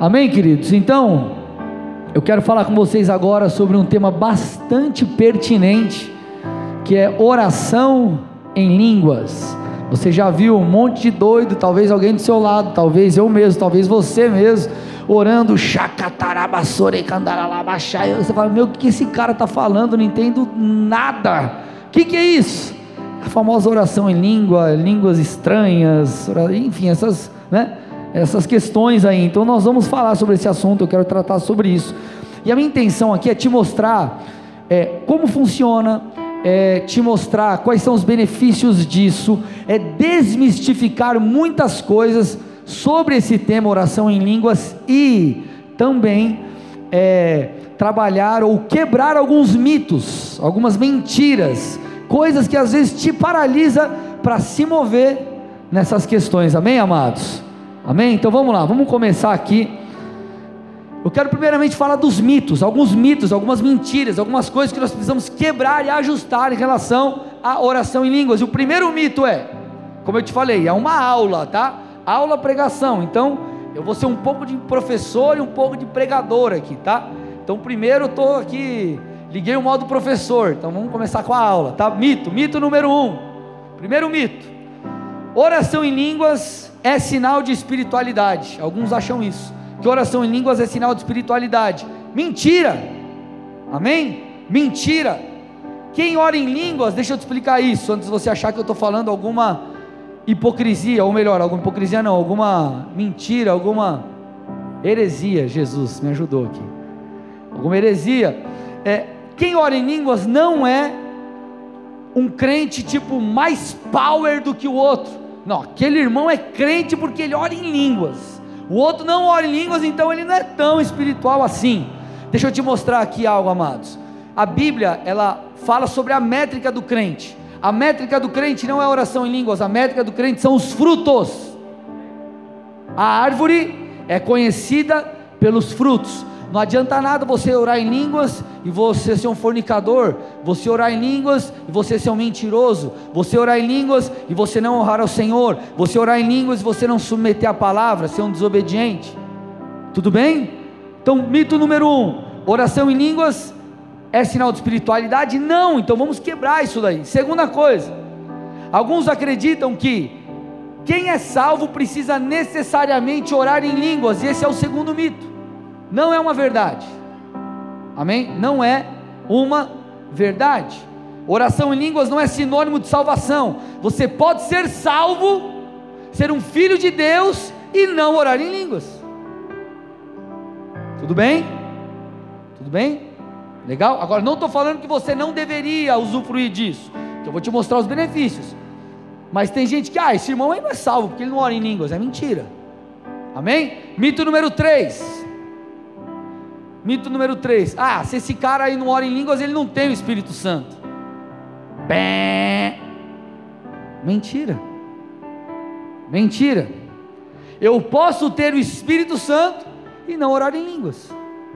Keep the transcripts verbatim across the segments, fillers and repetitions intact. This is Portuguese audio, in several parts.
Amém, queridos? Então, eu quero falar com vocês agora sobre um tema bastante pertinente, que é oração em línguas. Você já viu um monte de doido, talvez alguém do seu lado, talvez eu mesmo, talvez você mesmo, orando, chacatarabassore, candaralabaxai. Você fala, meu, o que esse cara está falando? Não entendo nada. O que, que é isso? A famosa oração em língua, línguas estranhas, enfim, essas, né, essas questões aí. Então nós vamos falar sobre esse assunto, eu quero tratar sobre isso. E a minha intenção aqui é te mostrar é, como funciona, é, te mostrar quais são os benefícios disso, é desmistificar muitas coisas sobre esse tema, oração em línguas, e também é, trabalhar ou quebrar alguns mitos, algumas mentiras, coisas que às vezes te paralisa para se mover nessas questões. Amém, amados? Amém? Então vamos lá, vamos começar aqui. Eu quero primeiramente falar dos mitos, alguns mitos, algumas mentiras, algumas coisas que nós precisamos quebrar e ajustar em relação à oração em línguas. E o primeiro mito é, como eu te falei, é uma aula, tá? Aula, pregação. Então eu vou ser um pouco de professor e um pouco de pregador aqui, tá? Então primeiro eu estou aqui, liguei o modo professor, então vamos começar com a aula, tá? Mito, mito número um, primeiro mito: oração em línguas é sinal de espiritualidade. Alguns acham isso, que oração em línguas é sinal de espiritualidade. Mentira, amém? Mentira. Quem ora em línguas, deixa eu te explicar isso, antes de você achar que eu estou falando alguma hipocrisia, ou melhor, alguma hipocrisia não, alguma mentira, alguma heresia. Jesus me ajudou aqui, alguma heresia. É, quem ora em línguas não é um crente tipo mais power do que o outro. Não, aquele irmão é crente porque ele ora em línguas, o outro não ora em línguas, então ele não é tão espiritual assim. Deixa eu te mostrar aqui algo, amados. A Bíblia, ela fala sobre a métrica do crente. A métrica do crente não é oração em línguas, a métrica do crente são os frutos. A árvore é conhecida pelos frutos. Não adianta nada você orar em línguas e você ser um fornicador, você orar em línguas e você ser um mentiroso, você orar em línguas e você não honrar ao Senhor, você orar em línguas e você não submeter a palavra, ser um desobediente. Tudo bem? Então, mito número um: oração em línguas é sinal de espiritualidade? Não. Então vamos quebrar isso daí. Segunda coisa, alguns acreditam que quem é salvo precisa necessariamente orar em línguas, e esse é o segundo mito. Não é uma verdade, amém? Não é uma verdade. Oração em línguas não é sinônimo de salvação. Você pode ser salvo, ser um filho de Deus e não orar em línguas. Tudo bem? Tudo bem? Legal? Agora não estou falando que você não deveria usufruir disso, que eu vou te mostrar os benefícios. Mas tem gente que, ah, esse irmão aí não é salvo porque ele não ora em línguas. É mentira. Amém? Mito número três. Mito número três, ah, se esse cara aí não ora em línguas, ele não tem o Espírito Santo. Pé. Mentira. Mentira. Eu posso ter o Espírito Santo e não orar em línguas.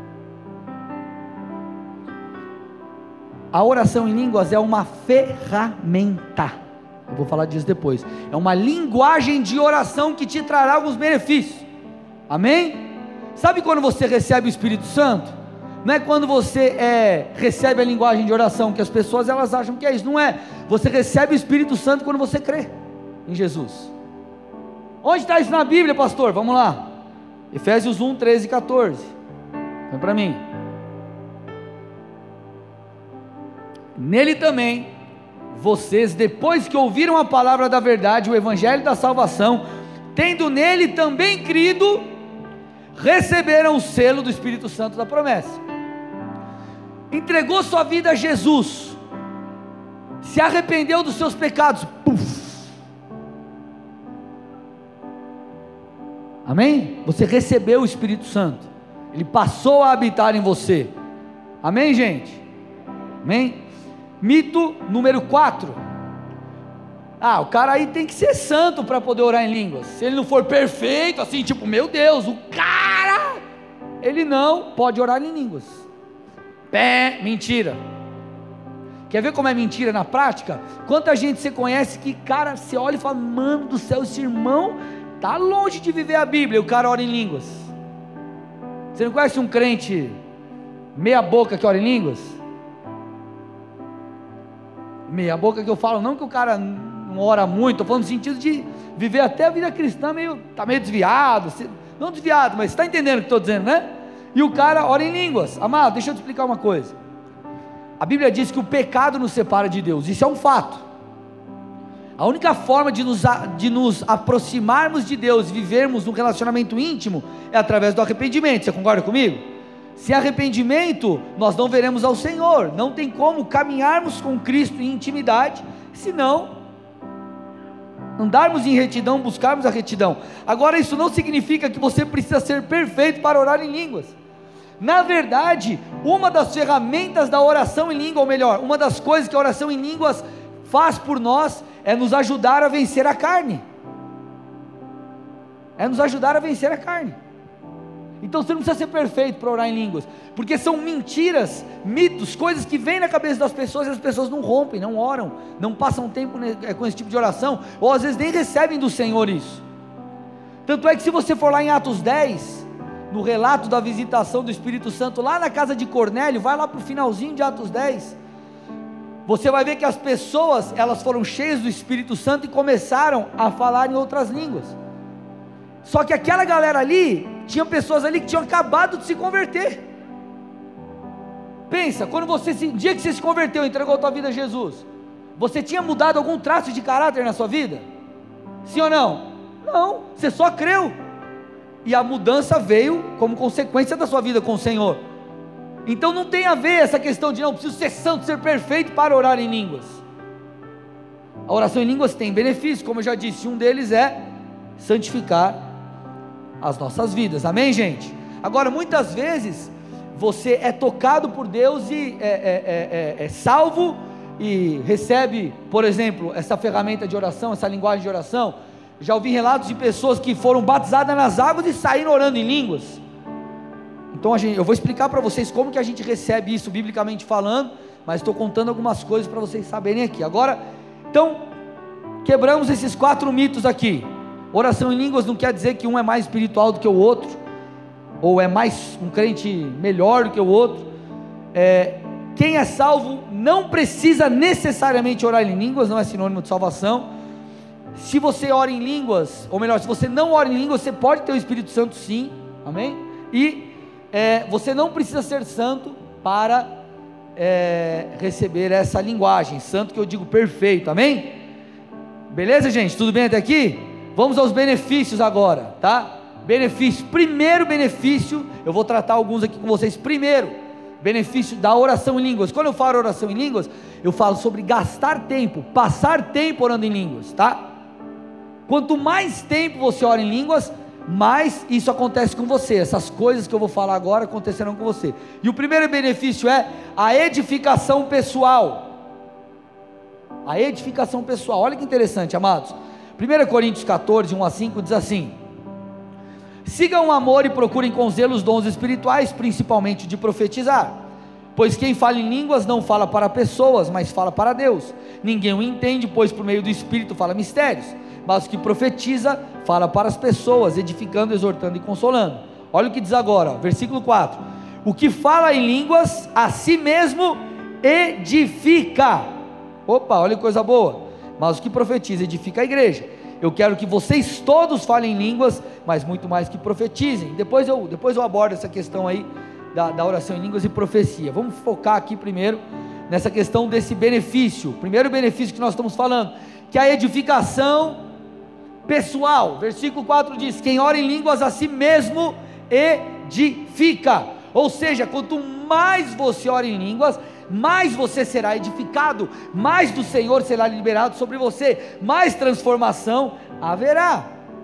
A oração em línguas é uma ferramenta. Eu vou falar disso depois. É uma linguagem de oração que te trará alguns benefícios. Amém? Sabe quando você recebe o Espírito Santo? Não é quando você é, recebe a linguagem de oração, que as pessoas elas acham que é isso. Não é. Você recebe o Espírito Santo quando você crê em Jesus. Onde está isso na Bíblia, pastor? Vamos lá. Efésios um, treze e quatorze. Vem para mim. Nele também, vocês, depois que ouviram a palavra da verdade, o evangelho da salvação, tendo nele também crido, receberam o selo do Espírito Santo da promessa. Entregou sua vida a Jesus, se arrependeu dos seus pecados, puf. Amém? Você recebeu o Espírito Santo, ele passou a habitar em você. Amém, gente? Amém? Mito número quatro: ah, o cara aí tem que ser santo para poder orar em línguas. Se ele não for perfeito, assim, tipo, meu Deus, o cara, ele não pode orar em línguas. Pé, mentira. Quer ver como é mentira na prática? Quanta gente você conhece que, cara, você olha e fala, mano do céu, esse irmão está longe de viver a Bíblia, e o cara ora em línguas. Você não conhece um crente meia boca que ora em línguas? Meia boca que eu falo, não que o cara não ora muito, estou falando no sentido de viver até a vida cristã meio, tá meio desviado, não desviado, mas você está entendendo o que estou dizendo, né? E o cara ora em línguas. Amado, deixa eu te explicar uma coisa. A Bíblia diz que o pecado nos separa de Deus, isso é um fato. A única forma de nos, de nos aproximarmos de Deus, vivermos um relacionamento íntimo, é através do arrependimento. Você concorda comigo? Sem arrependimento, nós não veremos ao Senhor. Não tem como caminharmos com Cristo em intimidade, senão andarmos em retidão, buscarmos a retidão. Agora, isso não significa que você precisa ser perfeito para orar em línguas. Na verdade, uma das ferramentas da oração em língua, ou melhor, uma das coisas que a oração em línguas faz por nós, é nos ajudar a vencer a carne. É nos ajudar a vencer a carne. Então você não precisa ser perfeito para orar em línguas, porque são mentiras, mitos, coisas que vêm na cabeça das pessoas e as pessoas não rompem, não oram, não passam tempo com esse tipo de oração, ou às vezes nem recebem do Senhor isso. Tanto é que se você for lá em Atos dez, no relato da visitação do Espírito Santo lá na casa de Cornélio, vai lá para o finalzinho de Atos dez, você vai ver que as pessoas, elas foram cheias do Espírito Santo e começaram a falar em outras línguas. Só que aquela galera ali, tinha pessoas ali que tinham acabado de se converter. Pensa, quando você, no dia que você se converteu, entregou a tua vida a Jesus, você tinha mudado algum traço de caráter na sua vida? Sim ou não? Não, você só creu, e a mudança veio como consequência da sua vida com o Senhor. Então não tem a ver essa questão de não, preciso ser santo, ser perfeito para orar em línguas. A oração em línguas tem benefícios, como eu já disse, um deles é santificar as nossas vidas, amém, gente? Agora, muitas vezes você é tocado por Deus e é, é, é, é salvo e recebe, por exemplo, essa ferramenta de oração, essa linguagem de oração. Já ouvi relatos de pessoas que foram batizadas nas águas e saíram orando em línguas. Então a gente, eu vou explicar para vocês como que a gente recebe isso biblicamente falando, mas estou contando algumas coisas para vocês saberem aqui. Agora, então, quebramos esses quatro mitos aqui. Oração em línguas não quer dizer que um é mais espiritual do que o outro, ou é mais um crente melhor do que o outro. É, quem é salvo não precisa necessariamente orar em línguas, não é sinônimo de salvação. Se você ora em línguas, ou melhor, se você não ora em línguas, você pode ter o Espírito Santo sim, amém? E é, você não precisa ser santo para é, receber essa linguagem, santo que eu digo perfeito, amém? Beleza, gente? Tudo bem até aqui? Vamos aos benefícios agora, tá? Benefício, primeiro benefício, eu vou tratar alguns aqui com vocês. Primeiro, benefício da oração em línguas. Quando eu falo oração em línguas, eu falo sobre gastar tempo, passar tempo orando em línguas, tá? Quanto mais tempo você ora em línguas, mais isso acontece com você. Essas coisas que eu vou falar agora acontecerão com você. E o primeiro benefício é a edificação pessoal. A edificação pessoal, olha que interessante, amados. primeira Coríntios quatorze, um a cinco diz assim: sigam o amor e procurem com zelo os dons espirituais, principalmente de profetizar, pois quem fala em línguas não fala para pessoas, mas fala para Deus. Ninguém o entende, pois por meio do Espírito fala mistérios, mas o que profetiza fala para as pessoas, edificando, exortando e consolando. Olha o que diz agora, versículo quatro: o que fala em línguas a si mesmo edifica. Opa, olha que coisa boa. Mas o que profetiza edifica a igreja. Eu quero que vocês todos falem em línguas, mas muito mais que profetizem. Depois eu, depois eu abordo essa questão aí da, da oração em línguas e profecia. Vamos focar aqui primeiro nessa questão desse benefício. Primeiro benefício que nós estamos falando, que é a edificação pessoal. Versículo quatro diz: quem ora em línguas a si mesmo edifica. Ou seja, quanto mais você ora em línguas, mais você será edificado, mais do Senhor será liberado sobre você, mais transformação haverá.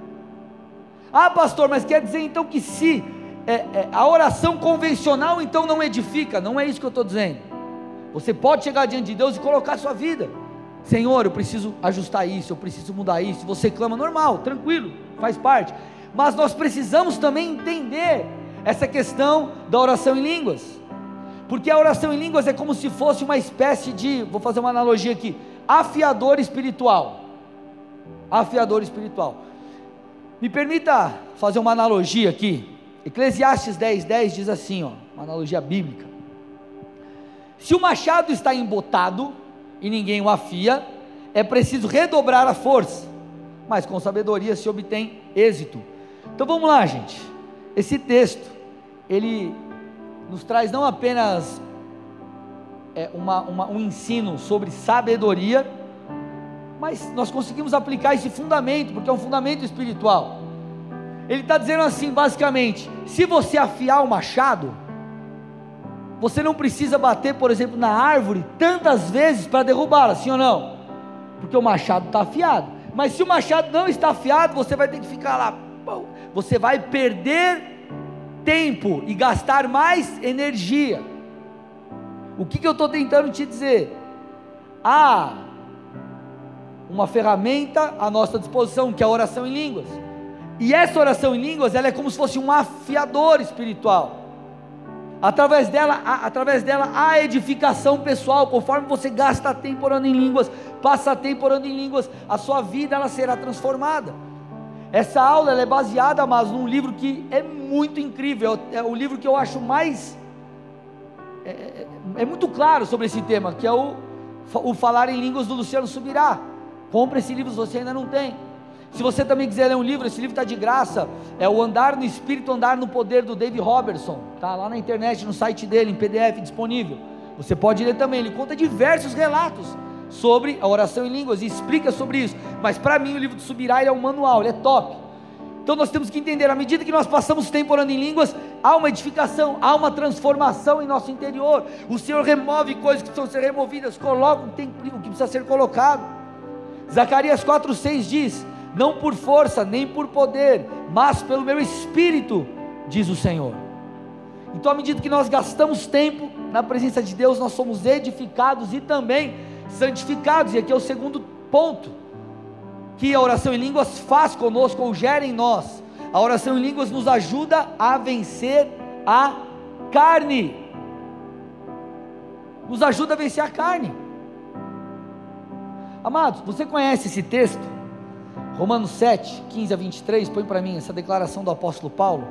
Ah, pastor, mas quer dizer então que se é, é, a oração convencional então não edifica? Não é isso que eu estou dizendo. Você pode chegar diante de Deus e colocar a sua vida: Senhor, eu preciso ajustar isso, eu preciso mudar isso. Você clama normal, tranquilo, faz parte. Mas nós precisamos também entender essa questão da oração em línguas, porque a oração em línguas é como se fosse uma espécie de, vou fazer uma analogia aqui, afiador espiritual. Afiador espiritual. Me permita fazer uma analogia aqui. Eclesiastes dez, dez diz assim, ó, uma analogia bíblica: se o machado está embotado e ninguém o afia, é preciso redobrar a força, mas com sabedoria se obtém êxito. Então vamos lá, gente. Esse texto, ele nos traz não apenas é, uma, uma, um ensino sobre sabedoria, mas nós conseguimos aplicar esse fundamento, porque é um fundamento espiritual. Ele está dizendo assim, basicamente: se você afiar o machado, você não precisa bater, por exemplo, na árvore tantas vezes para derrubá-la, sim ou não? Porque o machado está afiado. Mas se o machado não está afiado, você vai ter que ficar lá, você vai perder tempo e gastar mais energia. O que, que eu estou tentando te dizer? Há uma ferramenta à nossa disposição, que é a oração em línguas, e essa oração em línguas, ela é como se fosse um afiador espiritual. Através dela, a, através dela há edificação pessoal. Conforme você gasta tempo orando em línguas, passa tempo orando em línguas, a sua vida ela será transformada. Essa aula ela é baseada, mas num livro que é muito incrível, é o livro que eu acho mais, é, é, é muito claro sobre esse tema, que é o, o Falar em Línguas, do Luciano Subirá. Compre esse livro se você ainda não tem. Se você também quiser ler um livro, esse livro está de graça, é o Andar no Espírito, Andar no Poder, do Dave Robertson, está lá na internet, no site dele, em P D F disponível. Você pode ler também. Ele conta diversos relatos sobre a oração em línguas e explica sobre isso. Mas para mim o livro do Subirá ele é um manual, ele é top. Então nós temos que entender, à medida que nós passamos tempo orando em línguas, há uma edificação, há uma transformação em nosso interior. O Senhor remove coisas que precisam ser removidas, coloca o que precisa ser colocado. Zacarias quatro, seis diz: não por força, nem por poder, mas pelo meu Espírito, diz o Senhor. Então, à medida que nós gastamos tempo na presença de Deus, nós somos edificados e também santificados. E aqui é o segundo ponto, que a oração em línguas faz conosco, ou gera em nós. A oração em línguas nos ajuda a vencer a carne, nos ajuda a vencer a carne. Amados, você conhece esse texto? Romanos sete, quinze a vinte e três, põe para mim essa declaração do apóstolo Paulo.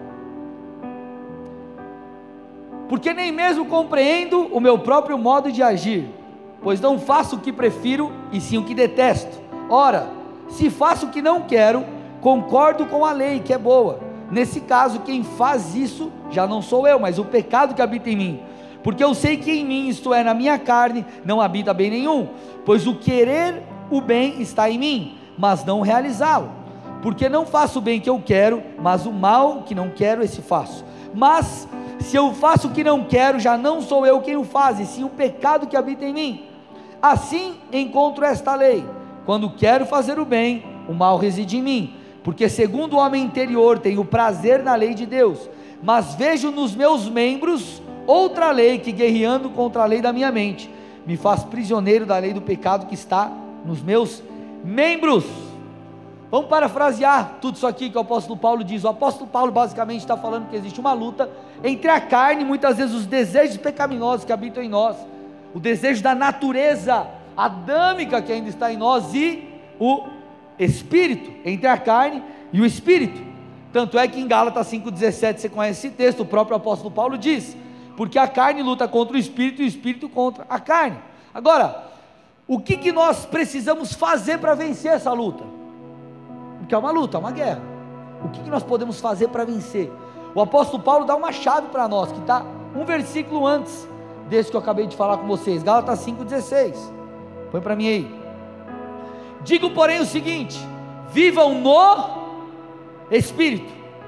Porque nem mesmo compreendo o meu próprio modo de agir, pois não faço o que prefiro, e sim o que detesto. Ora, se faço o que não quero, concordo com a lei, que é boa. Nesse caso, quem faz isso, já não sou eu, mas o pecado que habita em mim. Porque eu sei que em mim, isto é, na minha carne, não habita bem nenhum, pois o querer o bem está em mim, mas não realizá-lo, porque não faço o bem que eu quero, mas o mal que não quero, esse faço. Mas se eu faço o que não quero, já não sou eu quem o faz, e sim o pecado que habita em mim. Assim encontro esta lei: quando quero fazer o bem, o mal reside em mim, porque segundo o homem interior tenho prazer na lei de Deus, mas vejo nos meus membros outra lei que, guerreando contra a lei da minha mente, me faz prisioneiro da lei do pecado que está nos meus membros. Vamos parafrasear tudo isso aqui que o apóstolo Paulo diz. O apóstolo Paulo basicamente está falando que existe uma luta entre a carne, muitas vezes os desejos pecaminosos que habitam em nós, o desejo da natureza adâmica que ainda está em nós, e o espírito, entre a carne e o espírito. Tanto é que em Gálatas cinco, dezessete, você conhece esse texto, o próprio apóstolo Paulo diz: porque a carne luta contra o espírito e o espírito contra a carne. Agora, o que, que nós precisamos fazer para vencer essa luta? Porque é uma luta, é uma guerra. O que, que nós podemos fazer para vencer? O apóstolo Paulo dá uma chave para nós, que está um versículo antes desse que eu acabei de falar com vocês, Gálatas cinco, dezesseis, põe para mim aí. Digo porém o seguinte: vivam no Espírito,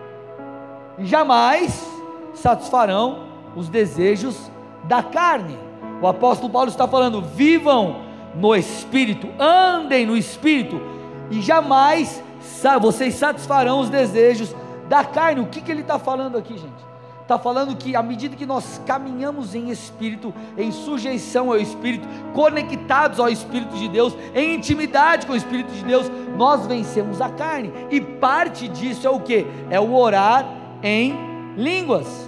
e jamais satisfarão os desejos da carne. O apóstolo Paulo está falando: vivam no Espírito, andem no Espírito, e jamais vocês satisfarão os desejos da carne. O que, que ele está falando aqui, gente? Está falando que à medida que nós caminhamos em Espírito, em sujeição ao Espírito, conectados ao Espírito de Deus, em intimidade com o Espírito de Deus, nós vencemos a carne, e parte disso é o que? É o orar em línguas,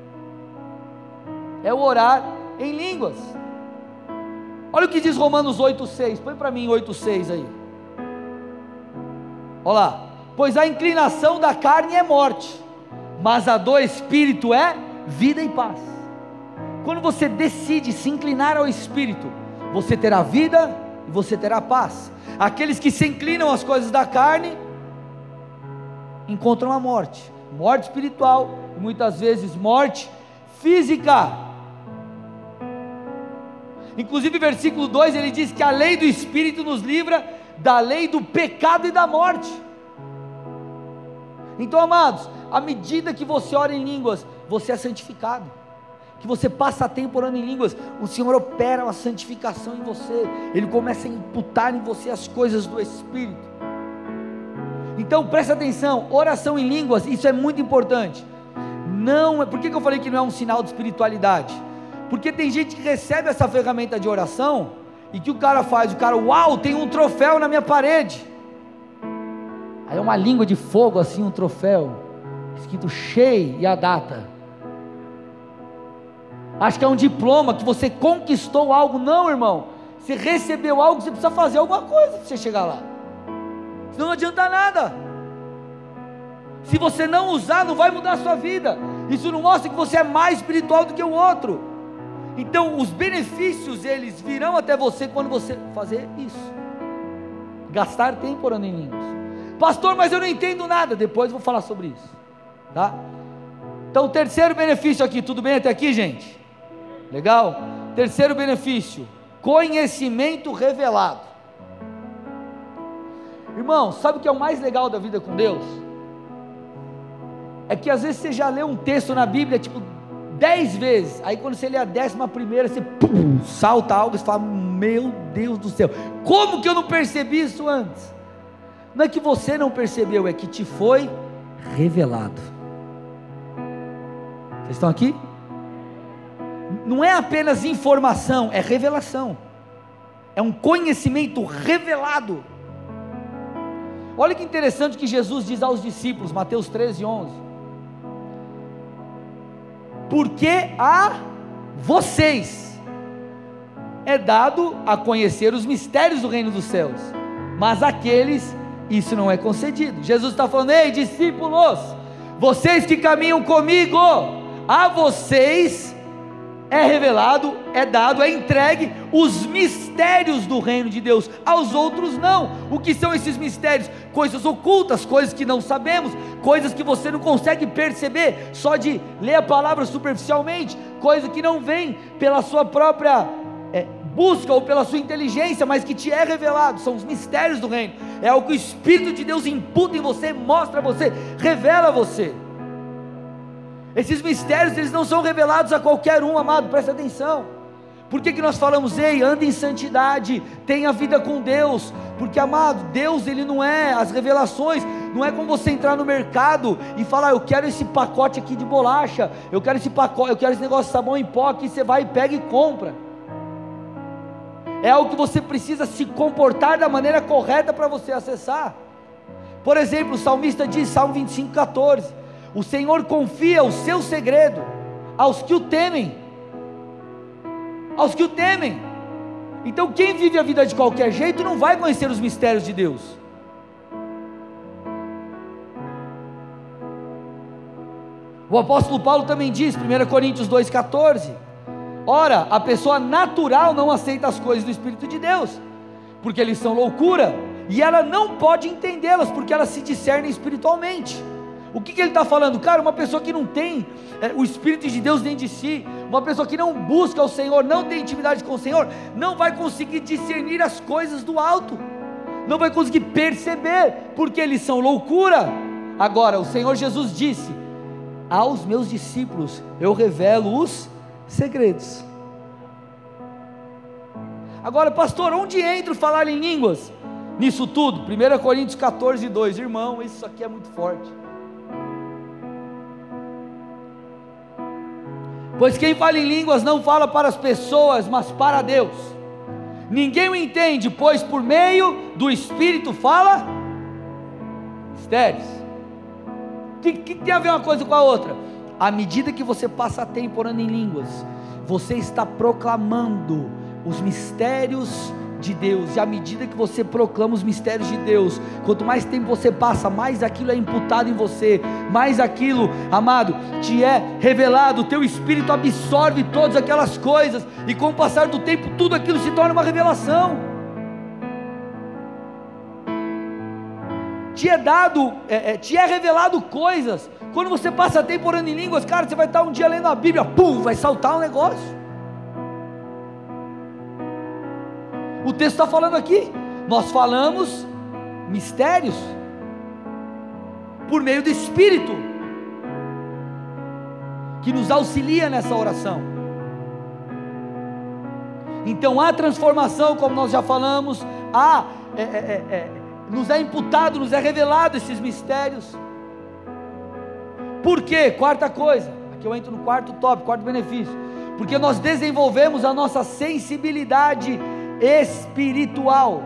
é o orar em línguas. Olha o que diz Romanos oito, seis, põe para mim oito, seis aí, olha lá: pois a inclinação da carne é morte, mas a do Espírito é vida e paz. Quando você decide se inclinar ao Espírito, você terá vida e você terá paz. Aqueles que se inclinam às coisas da carne, encontram a morte, morte espiritual, e muitas vezes morte física. Inclusive versículo dois, ele diz que a lei do Espírito nos livra da lei do pecado e da morte. Então, amados, à medida que você ora em línguas, você é santificado, que você passa tempo orando em línguas, o Senhor opera uma santificação em você, Ele começa a imputar em você as coisas do Espírito. Então presta atenção, oração em línguas, isso é muito importante. Não é, por que que eu falei que não é um sinal de espiritualidade? Porque tem gente que recebe essa ferramenta de oração, e que o cara faz, o cara, uau, tem um troféu na minha parede, aí é uma língua de fogo assim, um troféu, escrito Shei e a data, acho que é um diploma, que você conquistou algo. Não, irmão, você recebeu algo, você precisa fazer alguma coisa para você chegar lá, senão não adianta nada. Se você não usar, não vai mudar a sua vida. Isso não mostra que você é mais espiritual do que o outro. Então os benefícios, eles virão até você quando você fazer isso, gastar tempo orando em línguas. Pastor, mas eu não entendo nada. Depois eu vou falar sobre isso, tá? Então o terceiro benefício aqui, tudo bem até aqui, gente? Legal? Terceiro benefício, conhecimento revelado. Irmão, sabe o que é o mais legal da vida com Deus? É que às vezes você já lê um texto na Bíblia, tipo, dez vezes, aí quando você lê a décima primeira, você pum, salta algo e fala, meu Deus do céu, como que eu não percebi isso antes? Não é que você não percebeu, é que te foi revelado. Vocês estão aqui? Não é apenas informação, é revelação, é um conhecimento revelado. Olha que interessante que Jesus diz aos discípulos, Mateus treze, onze, porque a vocês é dado a conhecer os mistérios do reino dos céus, mas àqueles isso não é concedido. Jesus está falando, ei discípulos, vocês que caminham comigo, a vocês é revelado, é dado, é entregue os mistérios do reino de Deus, aos outros não. O que são esses mistérios? Coisas ocultas, coisas que não sabemos, coisas que você não consegue perceber, só de ler a palavra superficialmente, coisa que não vem pela sua própria é, busca, ou pela sua inteligência, mas que te é revelado, são os mistérios do reino, é o que o Espírito de Deus imputa em você, mostra a você, revela a você. Esses mistérios, eles não são revelados a qualquer um, amado, presta atenção. Por que que nós falamos, ei, anda em santidade, tenha vida com Deus? Porque, amado, Deus, ele não é, as revelações, não é como você entrar no mercado e falar, eu quero esse pacote aqui de bolacha, eu quero esse pacote, eu quero esse negócio de sabão em pó, que você vai e pega e compra. É algo que você precisa se comportar da maneira correta para você acessar. Por exemplo, o salmista diz, Salmo vinte e cinco, quatorze, o Senhor confia o seu segredo aos que o temem, aos que o temem. Então quem vive a vida de qualquer jeito não vai conhecer os mistérios de Deus. O apóstolo Paulo também diz, primeira Coríntios dois, quatorze, ora, a pessoa natural não aceita as coisas do Espírito de Deus, porque eles são loucura, e ela não pode entendê-las, porque elas se discernem espiritualmente. O que que ele está falando? Cara, uma pessoa que não tem é, o Espírito de Deus dentro de si, uma pessoa que não busca o Senhor, não tem intimidade com o Senhor, não vai conseguir discernir as coisas do alto, não vai conseguir perceber, porque eles são loucura. Agora, o Senhor Jesus disse, aos meus discípulos eu revelo os segredos. Agora, pastor, onde entra o falar em línguas? Nisso tudo, primeira Coríntios quatorze, dois, irmão, isso aqui é muito forte. Pois quem fala em línguas não fala para as pessoas, mas para Deus. Ninguém o entende, pois por meio do Espírito fala mistérios. O que, que tem a ver uma coisa com a outra? À medida que você passa tempo orando em línguas, você está proclamando os mistérios de Deus, e à medida que você proclama os mistérios de Deus, quanto mais tempo você passa, mais aquilo é imputado em você, mais aquilo, amado, te é revelado, o teu espírito absorve todas aquelas coisas, e com o passar do tempo, tudo aquilo se torna uma revelação. Te é dado, é, é, te é revelado coisas. Quando você passa tempo orando em línguas, cara, você vai estar um dia lendo a Bíblia, pum, vai saltar um negócio. O texto está falando aqui, nós falamos mistérios por meio do Espírito, que nos auxilia nessa oração. Então há transformação, como nós já falamos, há, é, é, é, nos é imputado, nos é revelado esses mistérios. Por quê? Quarta coisa, aqui eu entro no quarto tópico, quarto benefício, porque nós desenvolvemos a nossa sensibilidade espiritual.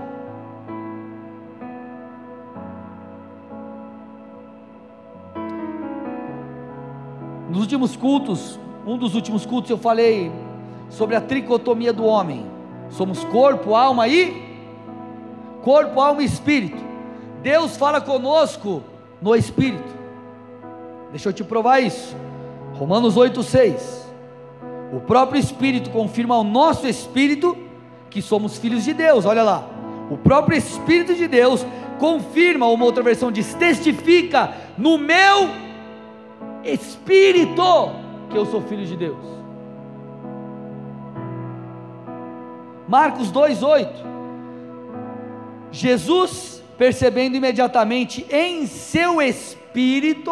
Nos últimos cultos, um dos últimos cultos eu falei sobre a tricotomia do homem. Somos corpo, alma e corpo, alma e espírito. Deus fala conosco no espírito. Deixa eu te provar isso. Romanos oito, seis. O próprio Espírito confirma ao nosso espírito que somos filhos de Deus. Olha lá, o próprio Espírito de Deus confirma, uma outra versão diz, testifica no meu espírito que eu sou filho de Deus. Marcos dois, oito. Jesus, percebendo imediatamente em seu espírito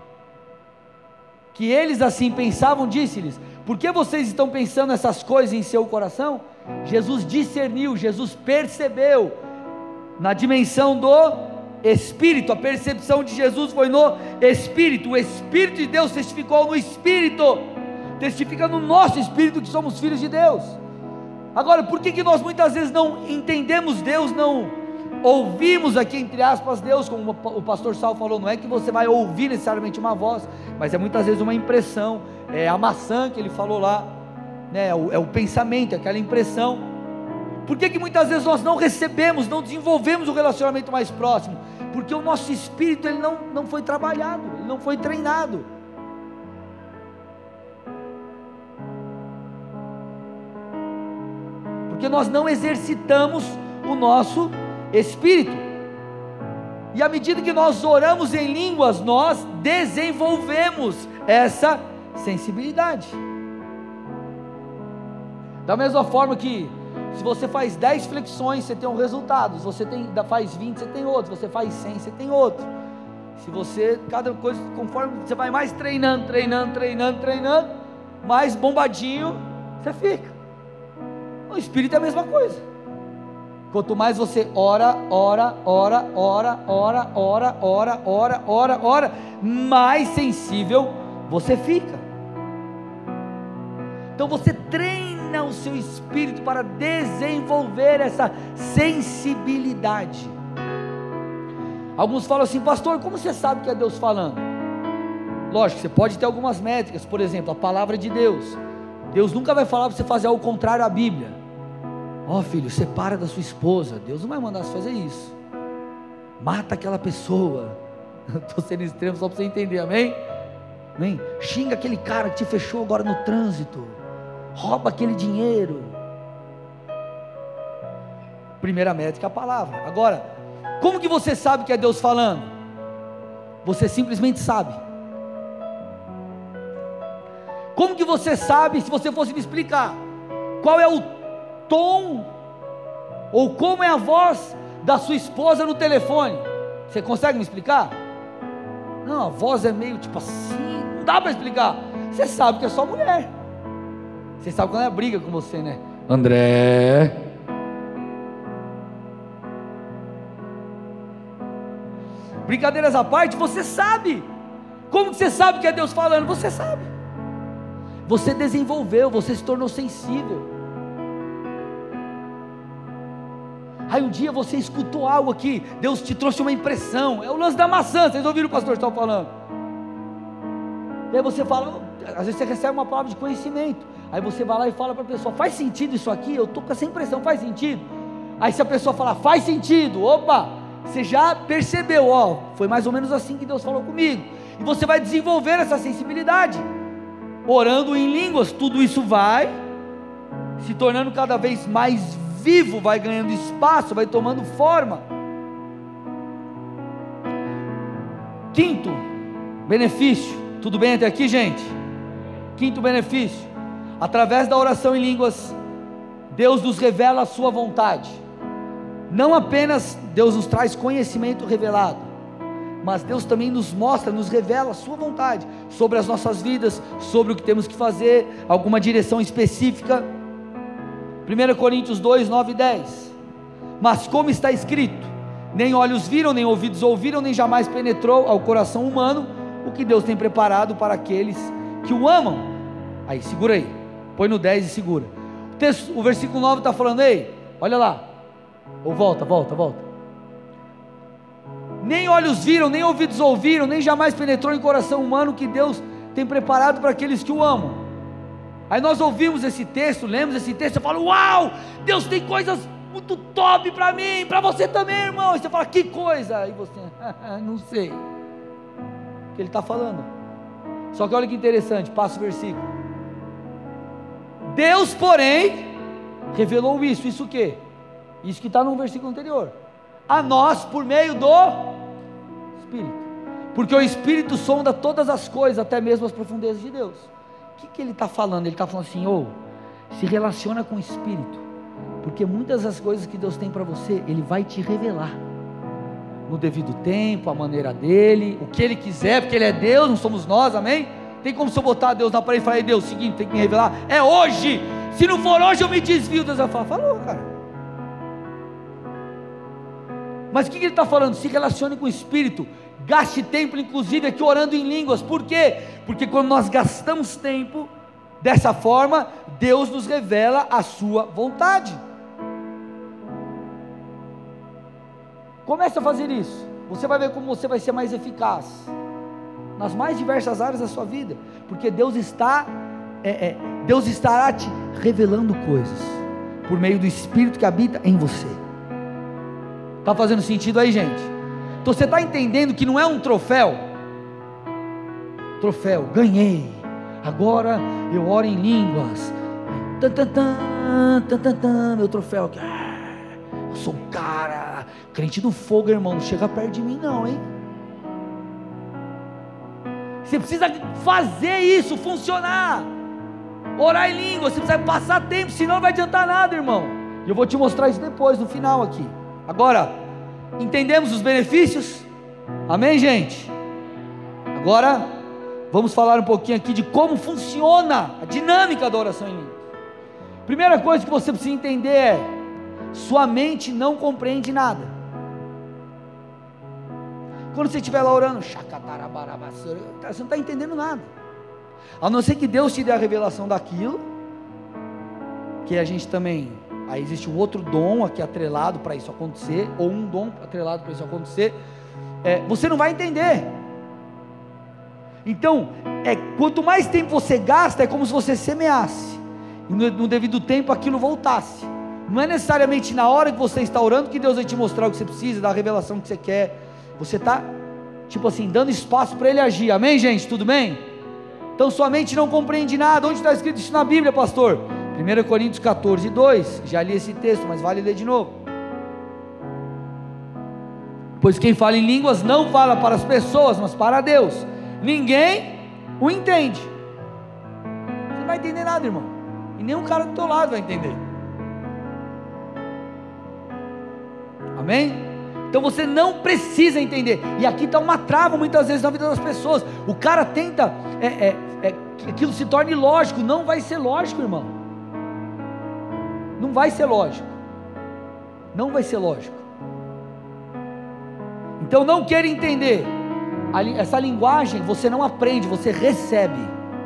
que eles assim pensavam, disse-lhes: por que vocês estão pensando essas coisas em seu coração? Jesus discerniu, Jesus percebeu, na dimensão do Espírito, a percepção de Jesus foi no Espírito, o Espírito de Deus testificou no Espírito, testifica no nosso Espírito que somos filhos de Deus. Agora, por que que nós muitas vezes não entendemos Deus, não ouvimos aqui, entre aspas, Deus, como o pastor Sal falou, não é que você vai ouvir necessariamente uma voz, mas é muitas vezes uma impressão, é a maçã que ele falou lá, né, é, o, é o pensamento, é aquela impressão. Por que que muitas vezes nós não recebemos, não desenvolvemos o relacionamento mais próximo? Porque o nosso espírito, ele não, não foi trabalhado, ele não foi treinado. Porque nós não exercitamos o nosso espírito, e à medida que nós oramos em línguas, nós desenvolvemos essa sensibilidade. Da mesma forma que, se você faz dez flexões, você tem um resultado, se você tem, faz vinte, você tem outro, se você faz cem, você tem outro. Se você, cada coisa, conforme você vai mais treinando, treinando, treinando, treinando, mais bombadinho você fica. O espírito é a mesma coisa. Quanto mais você ora, ora, ora, ora, ora, ora, ora, ora, ora, ora, mais sensível você fica. Então você treina o seu espírito para desenvolver essa sensibilidade. Alguns falam assim: pastor, como você sabe que é Deus falando? Lógico, você pode ter algumas métricas, por exemplo, a palavra de Deus. Deus nunca vai falar para você fazer algo contrário à Bíblia. Ó, oh, filho, separa da sua esposa. Deus não vai mandar você fazer isso. Mata aquela pessoa. Estou sendo extremo só para você entender, amém? Amém? Xinga aquele cara que te fechou agora no trânsito. Rouba aquele dinheiro. Primeira métrica, a palavra. Agora, como que você sabe que é Deus falando? Você simplesmente sabe. Como que você sabe, se você fosse me explicar, qual é o tom, ou como é a voz da sua esposa no telefone? Você consegue me explicar? Não, a voz é meio tipo assim, não dá para explicar. Você sabe que é só mulher. Você sabe quando ela briga com você, né? André, brincadeiras à parte, você sabe. Como que você sabe que é Deus falando? Você sabe. Você desenvolveu, você se tornou sensível. Aí um dia você escutou algo aqui, Deus te trouxe uma impressão, é o lance da maçã, vocês ouviram o pastor estar falando? E aí você fala, às vezes você recebe uma palavra de conhecimento, aí você vai lá e fala para a pessoa: faz sentido isso aqui? Eu estou com essa impressão, faz sentido? Aí se a pessoa falar, faz sentido, opa, você já percebeu, ó, foi mais ou menos assim que Deus falou comigo, e você vai desenvolver essa sensibilidade, orando em línguas, tudo isso vai se tornando cada vez mais vivo, vai ganhando espaço, vai tomando forma. Quinto benefício, tudo bem até aqui, gente? Quinto benefício, através da oração em línguas, Deus nos revela a sua vontade. Não apenas Deus nos traz conhecimento revelado, mas Deus também nos mostra, nos revela a sua vontade, sobre as nossas vidas, sobre o que temos que fazer, alguma direção específica. primeira Coríntios dois, nove e dez, mas como está escrito, nem olhos viram, nem ouvidos ouviram, nem jamais penetrou ao coração humano, o que Deus tem preparado para aqueles que o amam. Aí, segura aí, põe no dez e segura, o, texto, o versículo nove está falando, ei, olha lá, ou volta, volta, volta, nem olhos viram, nem ouvidos ouviram, nem jamais penetrou em coração humano, o que Deus tem preparado para aqueles que o amam. Aí nós ouvimos esse texto, lemos esse texto, eu falo, uau, Deus tem coisas muito top para mim, para você também, irmão. E você fala, que coisa? Aí você, não sei o que ele está falando. Só que olha que interessante, passa o versículo. Deus, porém, revelou isso, isso o quê? Isso que está no versículo anterior, a nós por meio do Espírito, porque o Espírito sonda todas as coisas, até mesmo as profundezas de Deus. O que, que ele está falando? Ele está falando assim, ou oh, se relaciona com o Espírito, porque muitas das coisas que Deus tem para você, Ele vai te revelar, no devido tempo, a maneira dEle, o que Ele quiser, porque Ele é Deus, não somos nós, amém? Tem como se eu botar Deus na parede e falar, Deus, seguinte, tem que me revelar, é hoje, se não for hoje eu me desvio. Deus vai falar, falou, cara. Mas o que, que Ele está falando? Se relacione com o Espírito, gaste tempo, inclusive aqui orando em línguas. Por quê? Porque quando nós gastamos tempo dessa forma, Deus nos revela a sua vontade. Comece a fazer isso, você vai ver como você vai ser mais eficaz, nas mais diversas áreas da sua vida, porque Deus está, é, é, Deus estará te revelando coisas, por meio do Espírito que habita em você. Está fazendo sentido aí, gente? Então você está entendendo que não é um troféu, troféu, ganhei, agora eu oro em línguas, tan, tan, tan, tan, tan, tan, meu troféu aqui, eu sou um cara, crente do fogo, irmão, não chega perto de mim não, hein? Você precisa fazer isso funcionar, orar em língua, você precisa passar tempo, senão não vai adiantar nada, irmão, e eu vou te mostrar isso depois, no final aqui. Agora, entendemos os benefícios? Amém, gente? Agora, vamos falar um pouquinho aqui de como funciona a dinâmica da oração em línguas. Primeira coisa que você precisa entender é, sua mente não compreende nada. Quando você estiver lá orando, você não está entendendo nada, a não ser que Deus te dê a revelação daquilo, que a gente também, aí existe um outro dom aqui atrelado para isso acontecer, ou um dom atrelado para isso acontecer, é, você não vai entender. Então, é, quanto mais tempo você gasta, é como se você semeasse, e no, no devido tempo aquilo voltasse. Não é necessariamente na hora que você está orando que Deus vai te mostrar o que você precisa, dar a revelação que você quer. Você está, tipo assim, dando espaço para Ele agir. Amém, gente? Tudo bem? Então sua mente não compreende nada. Onde está escrito isso na Bíblia, pastor? primeira Coríntios catorze, dois. Já li esse texto, mas vale ler de novo. Pois quem fala em línguas não fala para as pessoas, mas para Deus. Ninguém o entende. Você não vai entender nada, irmão, e nem o cara do teu lado vai entender. Amém? Então você não precisa entender. E aqui está uma trava muitas vezes na vida das pessoas. O cara tenta é, é, é, que aquilo se torne lógico. Não vai ser lógico, irmão. Não vai ser lógico. Não vai ser lógico. Então não queira entender. Essa linguagem você não aprende, você recebe.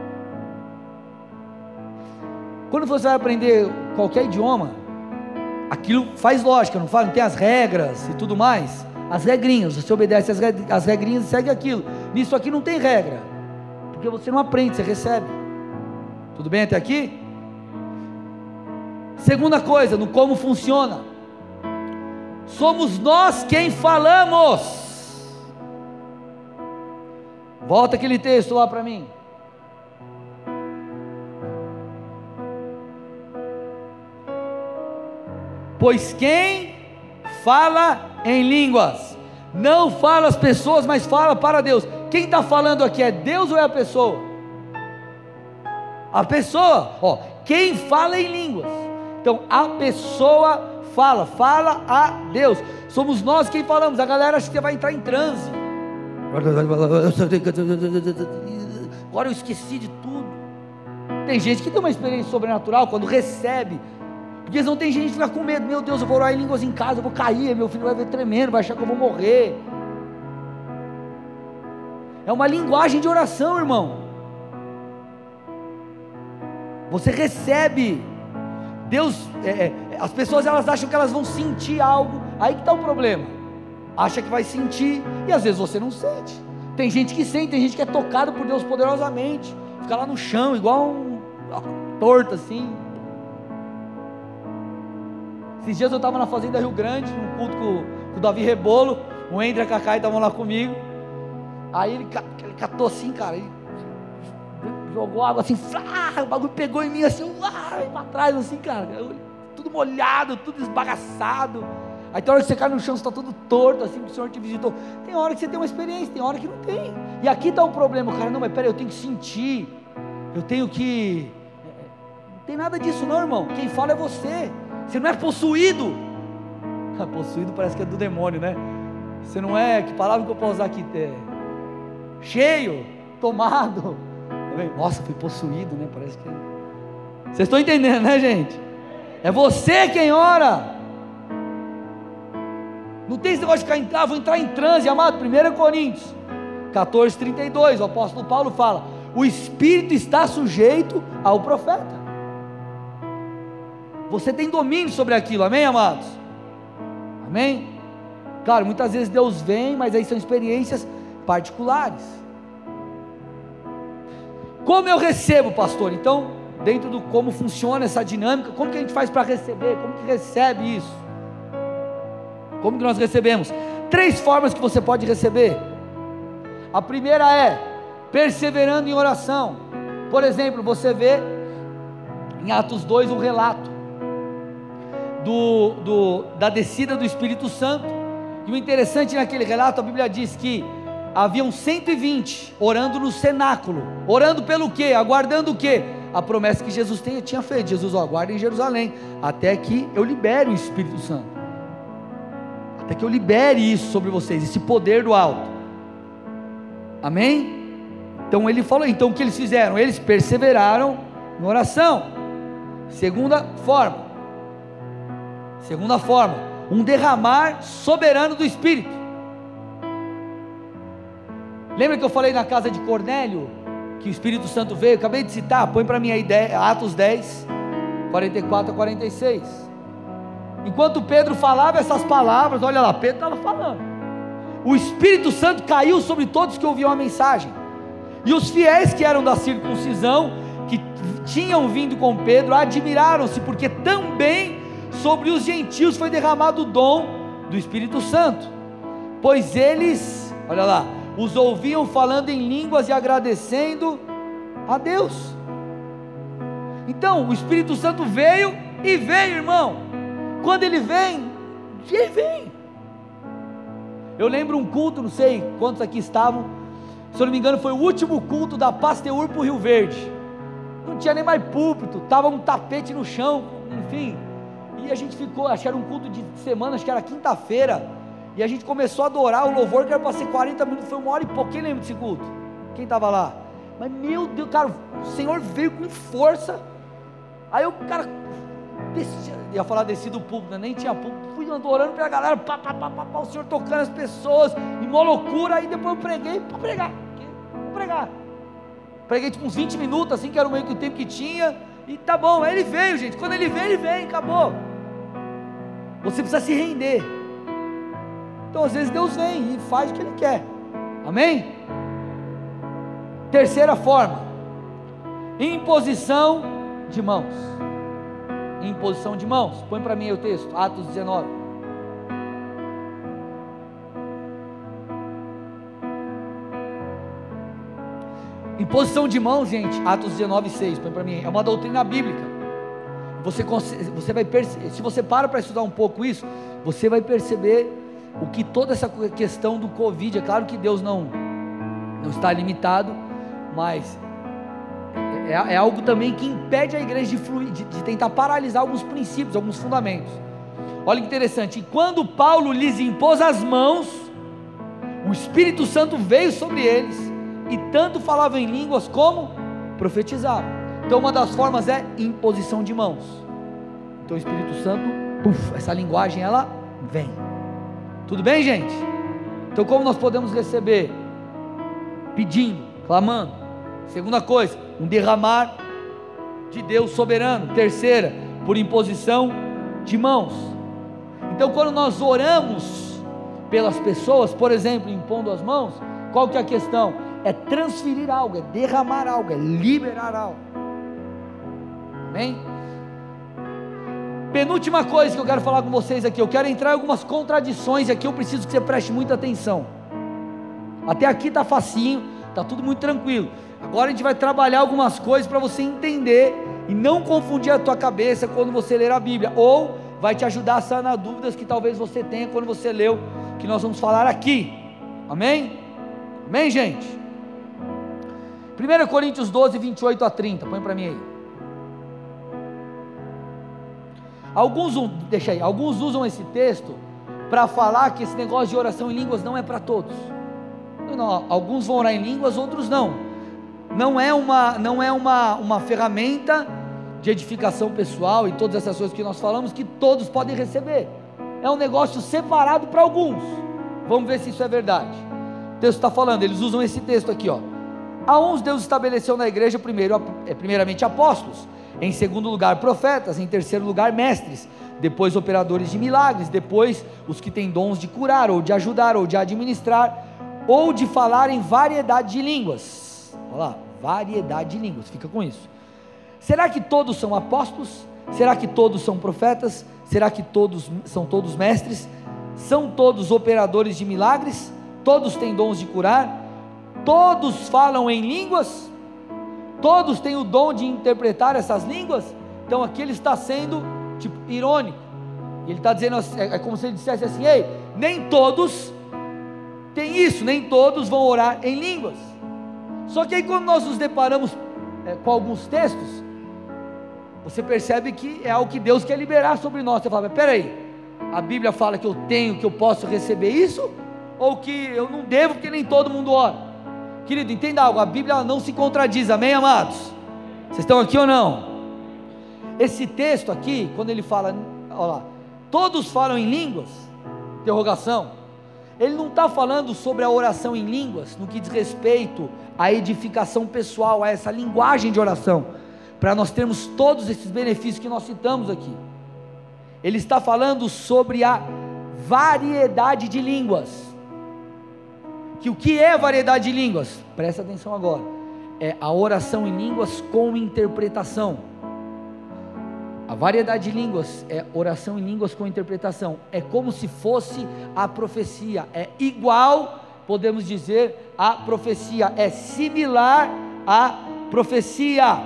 Quando você vai aprender qualquer idioma, aquilo faz lógica, não faz, não tem as regras e tudo mais, as regrinhas, você obedece as, reg, as regrinhas e segue aquilo. Nisso aqui não tem regra, porque você não aprende, você recebe. Tudo bem até aqui? Segunda coisa, no como funciona. somos nós quem falamos. Volta aquele texto lá para mim. Pois quem fala em línguas, não fala as pessoas, mas fala para Deus. Quem está falando aqui é Deus ou é a pessoa? A pessoa, ó, quem fala em línguas, então a pessoa fala, fala a Deus, somos nós quem falamos. A galera acha que você vai entrar em transe, agora eu esqueci de tudo. Tem gente que tem uma experiência sobrenatural quando recebe, porque não tem gente que fica com medo, meu Deus, eu vou orar em línguas em casa, eu vou cair, meu filho vai ver tremendo, vai achar que eu vou morrer. É uma linguagem de oração, irmão. Você recebe, Deus, é, é, as pessoas elas acham que elas vão sentir algo, aí que está o problema, acha que vai sentir, e às vezes você não sente. Tem gente que sente, tem gente que é tocado por Deus poderosamente, fica lá no chão, igual um, um torto assim. Esses dias eu estava na Fazenda Rio Grande, num culto com, com o Davi Rebolo, o Endre e a Cacai estavam lá comigo, aí ele, ele catou assim, cara, ele jogou água assim, flá, o bagulho pegou em mim assim, uá, para trás assim, cara, eu, tudo molhado, tudo esbagaçado. Aí tem hora que você cai no chão, você está todo torto assim, porque o Senhor te visitou. Tem hora que você tem uma experiência, tem hora que não tem. E aqui está o problema, cara, não, mas peraí, eu tenho que sentir, eu tenho que, não tem nada disso não, irmão. Quem fala é você, você não é possuído. Possuído parece que é do demônio, né? Você não é, que palavra que eu posso usar aqui? É, cheio, tomado. Nossa, fui possuído, né? Parece que... Vocês estão entendendo, né, gente? É você quem ora. Não tem esse negócio de ficar em ah, vou entrar em transe, amado. primeira Coríntios quatorze, trinta e dois, o apóstolo Paulo fala: o Espírito está sujeito ao profeta. Você tem domínio sobre aquilo, amém, amados? Amém? Claro, muitas vezes Deus vem, mas aí são experiências particulares. Como eu recebo, pastor? Então, dentro do como funciona essa dinâmica, como que a gente faz para receber? Como que recebe isso? Como que nós recebemos? Três formas que você pode receber. A primeira é perseverando em oração. Por exemplo, você vê em Atos dois um relato do, do, da descida do Espírito Santo. E o interessante naquele relato, a Bíblia diz que haviam cento e vinte orando no cenáculo, orando pelo quê? Aguardando o quê? A promessa que Jesus tinha, tinha feito. Jesus, ó, aguarda em Jerusalém, até que eu libere o Espírito Santo, até que eu libere isso sobre vocês, esse poder do alto, amém? Então ele falou, então o que eles fizeram? Eles perseveraram em oração. Segunda forma, segunda forma, um derramar soberano do Espírito. Lembra que eu falei na casa de Cornélio, que o Espírito Santo veio? Acabei de citar, põe para mim aí Atos dez, quarenta e quatro a quarenta e seis. Enquanto Pedro falava essas palavras, olha lá, Pedro estava falando, o Espírito Santo caiu sobre todos que ouviam a mensagem, e os fiéis que eram da circuncisão, que tinham vindo com Pedro, admiraram-se, porque também sobre os gentios foi derramado o dom do Espírito Santo, pois eles, olha lá, os ouviam falando em línguas e agradecendo a Deus. Então o Espírito Santo veio e veio, irmão. Quando ele vem, ele vem. Eu lembro um culto, não sei quantos aqui estavam, se eu não me engano foi o último culto da Pasteur para o Rio Verde. Não tinha nem mais púlpito, estava um tapete no chão, enfim, e a gente ficou, acho que era um culto de semana, acho que era quinta-feira, e a gente começou a adorar o louvor, que era para ser quarenta minutos, foi uma hora e pouco. Quem lembra desse culto? Quem estava lá? Mas meu Deus, cara, o Senhor veio com força. Aí o cara descia, ia falar desci do púlpito, nem tinha púlpito, fui adorando pela galera, pá, pá, pá, pá, pá, o Senhor tocando as pessoas, e uma loucura. Aí depois eu preguei, para pregar, vou pregar, preguei tipo uns vinte minutos, assim, que era o meio que o tempo que tinha, e tá bom. Aí ele veio, gente, quando ele vem, ele vem, acabou. Você precisa se render. Então às vezes Deus vem e faz o que Ele quer, amém? Terceira forma, imposição de mãos. Imposição de mãos, põe para mim aí o texto, Atos dezenove. Imposição de mãos, gente, Atos dezenove, seis, põe para mim, é uma doutrina bíblica. Você, você vai perceber, se você para para estudar um pouco isso, você vai perceber o que toda essa questão do Covid, é claro que Deus não, não está limitado, mas é, é algo também que impede a igreja de fluir, de, de tentar paralisar alguns princípios, alguns fundamentos. Olha que interessante, e quando Paulo lhes impôs as mãos, o Espírito Santo veio sobre eles, e tanto falavam em línguas como profetizavam. Então uma das formas é imposição de mãos. Então o Espírito Santo, puf, essa linguagem ela vem. Tudo bem, gente? Então como nós podemos receber? Pedindo, clamando. Segunda coisa, um derramar de Deus soberano. Terceira, por imposição de mãos. Então quando nós oramos pelas pessoas, por exemplo, impondo as mãos, qual que é a questão? É transferir algo, é derramar algo, é liberar algo. Amém? Penúltima coisa que eu quero falar com vocês aqui, eu quero entrar em algumas contradições aqui, eu preciso que você preste muita atenção. Até aqui está facinho, está tudo muito tranquilo. Agora a gente vai trabalhar algumas coisas para você entender e não confundir a tua cabeça quando você ler a Bíblia, ou vai te ajudar a sanar dúvidas que talvez você tenha quando você leu o que nós vamos falar aqui. Amém? Amém, gente? primeira Coríntios doze, vinte e oito a trinta, põe para mim aí. Alguns, deixa aí, alguns usam esse texto para falar que esse negócio de oração em línguas não é para todos. Não, não, alguns vão orar em línguas, outros não. Não é uma, não é uma, uma ferramenta de edificação pessoal e todas essas coisas que nós falamos que todos podem receber. É um negócio separado para alguns. Vamos ver se isso é verdade. O texto está falando, eles usam esse texto aqui, ó. A uns Deus estabeleceu na igreja primeiro, primeiramente apóstolos, em segundo lugar profetas, em terceiro lugar mestres, depois operadores de milagres, depois os que têm dons de curar, ou de ajudar, ou de administrar, ou de falar em variedade de línguas. Olha lá, variedade de línguas, fica com isso. Será que todos são apóstolos? Será que todos são profetas? Será que todos são todos mestres? São todos operadores de milagres? Todos têm dons de curar? Todos falam em línguas? Todos têm o dom de interpretar essas línguas? Então aqui ele está sendo tipo irônico, ele está dizendo assim, é, é como se ele dissesse assim: ei, nem todos têm isso, nem todos vão orar em línguas. Só que aí quando nós nos deparamos é, com alguns textos, você percebe que é algo que Deus quer liberar sobre nós. Você fala, mas peraí, a Bíblia fala que eu tenho, que eu posso receber isso? Ou que eu não devo porque nem todo mundo ora? Querido, entenda algo, a Bíblia não se contradiz, amém, amados? Vocês estão aqui ou não? Esse texto aqui, quando ele fala, olha lá, todos falam em línguas, interrogação, ele não está falando sobre a oração em línguas, no que diz respeito à edificação pessoal, a essa linguagem de oração, para nós termos todos esses benefícios que nós citamos aqui. Ele está falando sobre a variedade de línguas. Que o que é variedade de línguas? Presta atenção agora, é a oração em línguas com interpretação. A variedade de línguas é oração em línguas com interpretação, é como se fosse a profecia, é igual, podemos dizer, à profecia, é similar à profecia.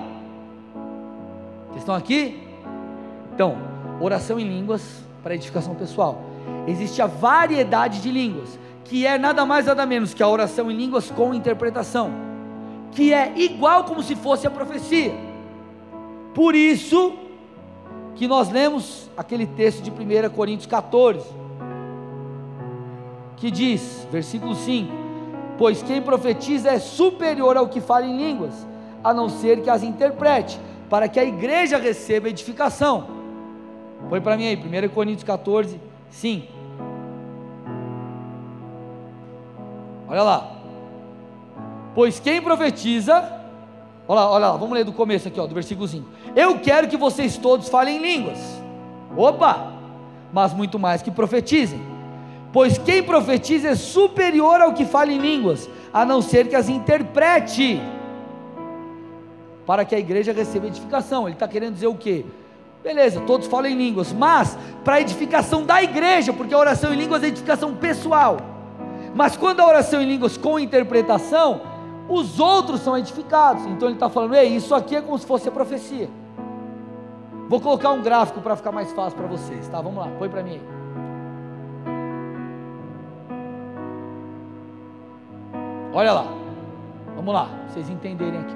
Vocês estão aqui? Então, oração em línguas para edificação pessoal, existe a variedade de línguas, que é nada mais nada menos que a oração em línguas com interpretação, que é igual como se fosse a profecia. Por isso que nós lemos aquele texto de primeira Coríntios quatorze, que diz, versículo cinco, pois quem profetiza é superior ao que fala em línguas, a não ser que as interprete, para que a igreja receba edificação. Põe para mim aí, primeira Coríntios quatorze, cinco. Olha lá, pois quem profetiza, olha lá, olha lá, vamos ler do começo aqui, ó, do versículo cinco, eu quero que vocês todos falem em línguas, opa, mas muito mais que profetizem, pois quem profetiza é superior ao que fala em línguas, a não ser que as interprete, para que a igreja receba edificação. Ele está querendo dizer o quê? Beleza, todos falam em línguas, mas para a edificação da igreja, porque a oração em línguas é edificação pessoal. Mas quando a oração em línguas com interpretação, os outros são edificados. Então ele está falando, ei, isso aqui é como se fosse a profecia. Vou colocar um gráfico para ficar mais fácil para vocês, tá? Vamos lá, põe para mim aí. Olha lá, vamos lá, pra vocês entenderem aqui.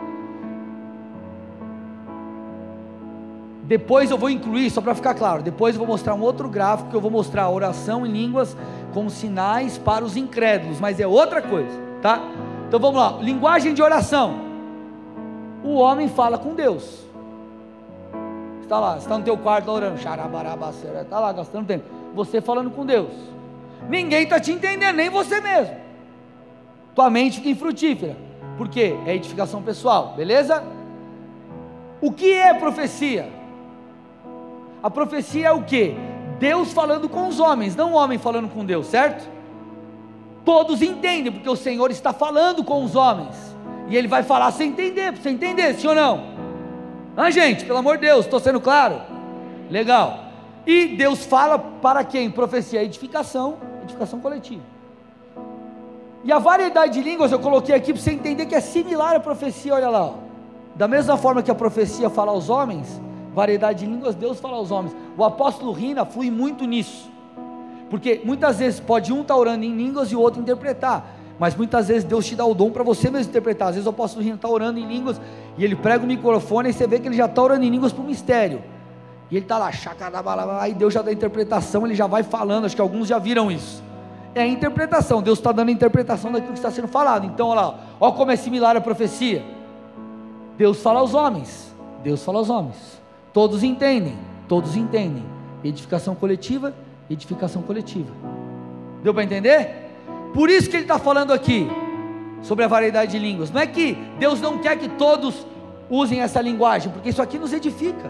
Depois eu vou incluir, só para ficar claro, depois eu vou mostrar um outro gráfico que eu vou mostrar a oração em línguas como sinais para os incrédulos, mas é outra coisa, tá? Então vamos lá, linguagem de oração. O homem fala com Deus. Está lá, está no teu quarto orando, xarabarabacera, está lá gastando tempo. Você falando com Deus. Ninguém está te entendendo, nem você mesmo. Tua mente fica infrutífera. Por quê? É edificação pessoal, beleza? O que é profecia? A profecia é o quê? Deus falando com os homens, não o homem falando com Deus, certo? Todos entendem, porque o Senhor está falando com os homens, e Ele vai falar sem entender, para você entender, sim ou não? Ah gente, pelo amor de Deus, estou sendo claro? Legal. E Deus fala para quem? Profecia, edificação, edificação coletiva. E a variedade de línguas eu coloquei aqui para você entender que é similar à profecia, olha lá, ó. Da mesma forma que a profecia fala aos homens, variedade de línguas, Deus fala aos homens. O apóstolo Rina flui muito nisso, porque muitas vezes pode um estar orando em línguas e o outro interpretar, mas muitas vezes Deus te dá o dom para você mesmo interpretar. Às vezes o apóstolo Rina está orando em línguas, e ele prega o microfone, e você vê que ele já está orando em línguas para o mistério, e ele está lá, aí Deus já dá a interpretação, ele já vai falando, acho que alguns já viram isso, é a interpretação, Deus está dando a interpretação daquilo que está sendo falado. Então olha lá, olha como é similar a profecia. Deus fala aos homens, Deus fala aos homens, todos entendem, todos entendem, edificação coletiva, edificação coletiva, deu para entender? Por isso que ele está falando aqui, sobre a variedade de línguas. Não é que Deus não quer que todos usem essa linguagem, porque isso aqui nos edifica,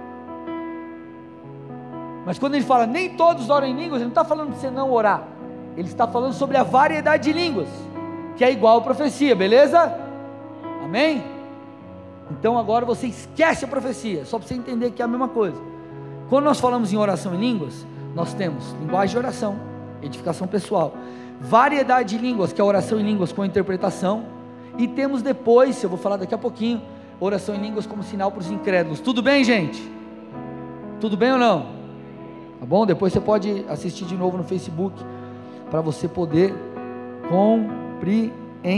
mas quando ele fala, nem todos oram em línguas, ele não está falando de você não orar, ele está falando sobre a variedade de línguas, que é igual a profecia, beleza? Amém? Então agora você esquece a profecia, só para você entender que é a mesma coisa. Quando nós falamos em oração em línguas, nós temos linguagem de oração, edificação pessoal, variedade de línguas, que é a oração em línguas com interpretação, e temos depois, eu vou falar daqui a pouquinho, oração em línguas como sinal para os incrédulos. Tudo bem, gente? Tudo bem ou não? Tá bom? Depois você pode assistir de novo no Facebook, para você poder compreender.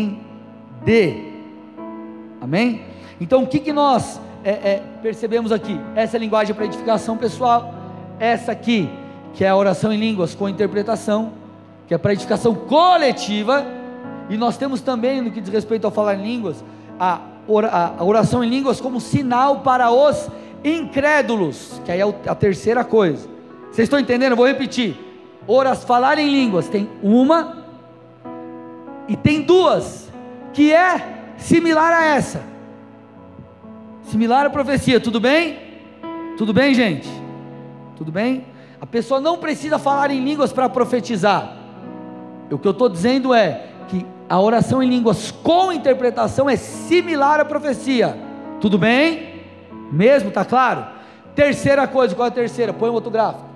Amém? Então o que, que nós é, é, percebemos aqui? Essa linguagem para edificação pessoal, essa aqui, que é a oração em línguas com interpretação, que é para edificação coletiva, e nós temos também, no que diz respeito ao falar em línguas, a, ora, a oração em línguas como sinal para os incrédulos, que aí é a terceira coisa. Vocês estão entendendo? Eu vou repetir. Oras, falar em línguas, tem uma, e tem duas, que é similar a essa, similar à profecia. Tudo bem? Tudo bem, gente? Tudo bem? A pessoa não precisa falar em línguas para profetizar. O que eu estou dizendo é que a oração em línguas com interpretação é similar à profecia. Tudo bem? Mesmo, está claro? Terceira coisa, qual é a terceira? Põe um outro gráfico.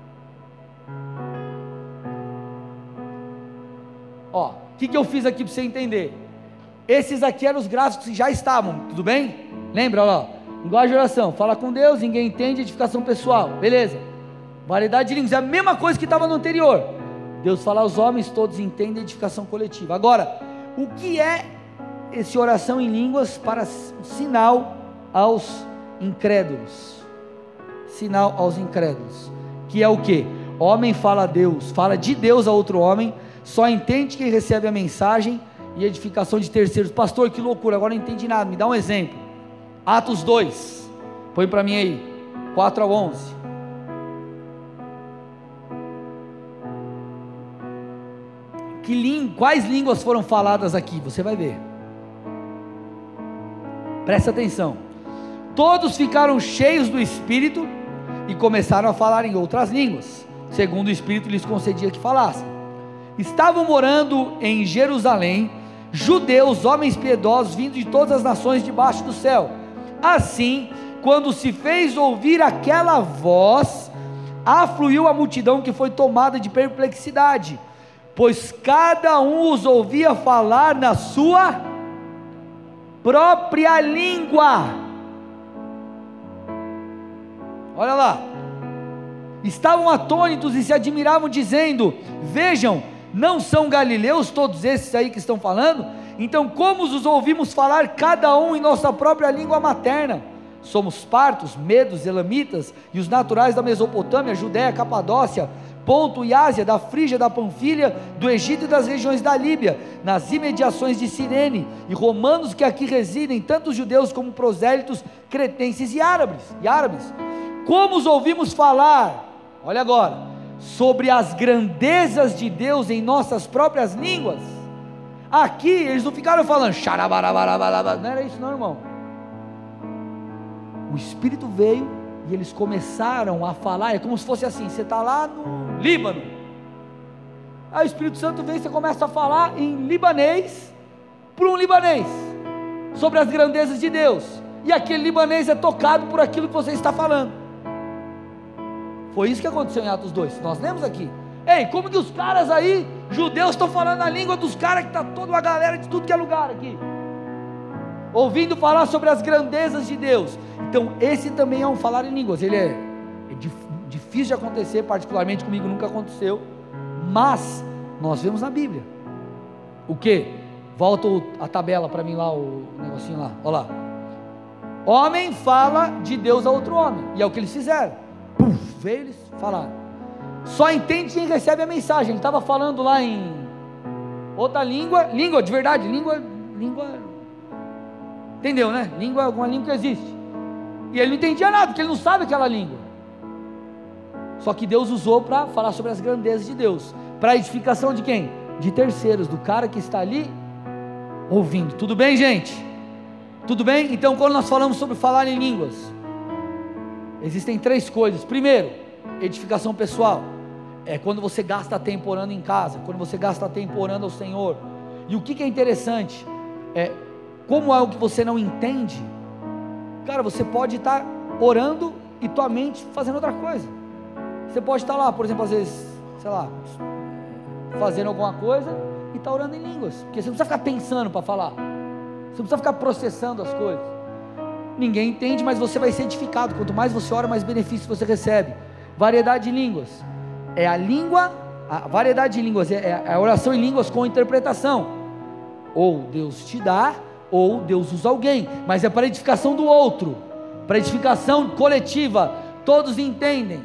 Ó, o que, que eu fiz aqui para você entender? Esses aqui eram os gráficos que já estavam, tudo bem? Lembra, ó, linguagem de oração, fala com Deus, ninguém entende, edificação pessoal, beleza? Variedade de línguas, é a mesma coisa que estava no anterior. Deus fala aos homens, todos entendem, edificação coletiva. Agora, o que é esse oração em línguas para sinal aos incrédulos? Sinal aos incrédulos, que é o que? Homem fala a Deus, fala de Deus a outro homem, só entende quem recebe a mensagem, e edificação de terceiros. Pastor, que loucura, agora não entendi nada, me dá um exemplo. Atos dois, põe para mim aí, quatro ao onze. Que língua, quais línguas foram faladas aqui? Você vai ver, presta atenção. Todos ficaram cheios do Espírito e começaram a falar em outras línguas, segundo o Espírito lhes concedia que falassem. Estavam morando em Jerusalém judeus, homens piedosos, vindos de todas as nações debaixo do céu. Assim, quando se fez ouvir aquela voz, afluiu a multidão, que foi tomada de perplexidade, pois cada um os ouvia falar na sua própria língua. Olha lá, estavam atônitos e se admiravam, dizendo: vejam, não são galileus todos esses aí que estão falando? Então como os ouvimos falar cada um em nossa própria língua materna? Somos partos, medos, elamitas e os naturais da Mesopotâmia, Judéia, Capadócia, Ponto e Ásia, da Frígia, da Panfilha, do Egito e das regiões da Líbia, nas imediações de Cirene, e romanos que aqui residem, tanto judeus como prosélitos, cretenses e árabes, e árabes. Como os ouvimos falar, olha agora, sobre as grandezas de Deus em nossas próprias línguas? Aqui eles não ficaram falando xarabarabarabara, não era isso não, irmão. O Espírito veio e eles começaram a falar. É como se fosse assim: você está lá no Líbano, aí o Espírito Santo vem e você começa a falar em libanês para um libanês sobre as grandezas de Deus, e aquele libanês é tocado por aquilo que você está falando. Foi isso que aconteceu em Atos dois, nós lemos aqui. Ei, como que os caras aí, judeus, estão falando a língua dos caras que está toda uma galera de tudo que é lugar aqui, ouvindo falar sobre as grandezas de Deus? Então esse também é um falar em línguas. Ele é, é dif, difícil de acontecer, particularmente comigo nunca aconteceu, mas nós vemos na Bíblia. O que? Volta a tabela para mim lá, o negocinho lá, olha lá. Homem fala de Deus a outro homem, e é o que eles fizeram. Puf, veio eles falaram. Só entende quem recebe a mensagem. Ele estava falando lá em outra língua, língua de verdade, língua, língua, entendeu, né? Língua, alguma língua que existe, e ele não entendia nada, porque ele não sabe aquela língua. Só que Deus usou para falar sobre as grandezas de Deus, para edificação de quem? De terceiros, do cara que está ali ouvindo. Tudo bem, gente? Tudo bem? Então quando nós falamos sobre falar em línguas, existem três coisas. Primeiro, edificação pessoal, é quando você gasta tempo orando em casa, quando você gasta tempo orando ao Senhor. E o que, que é interessante, é, como é algo que você não entende, cara, você pode estar orando e tua mente fazendo outra coisa. Você pode estar lá, por exemplo, às vezes, sei lá, fazendo alguma coisa e estar orando em línguas, porque você não precisa ficar pensando para falar, você não precisa ficar processando as coisas. Ninguém entende, mas você vai ser edificado. Quanto mais você ora, mais benefícios você recebe. Variedade de línguas, é a língua, a variedade de línguas, é a oração em línguas com interpretação. Ou Deus te dá, ou Deus usa alguém, mas é para edificação do outro, para edificação coletiva, todos entendem,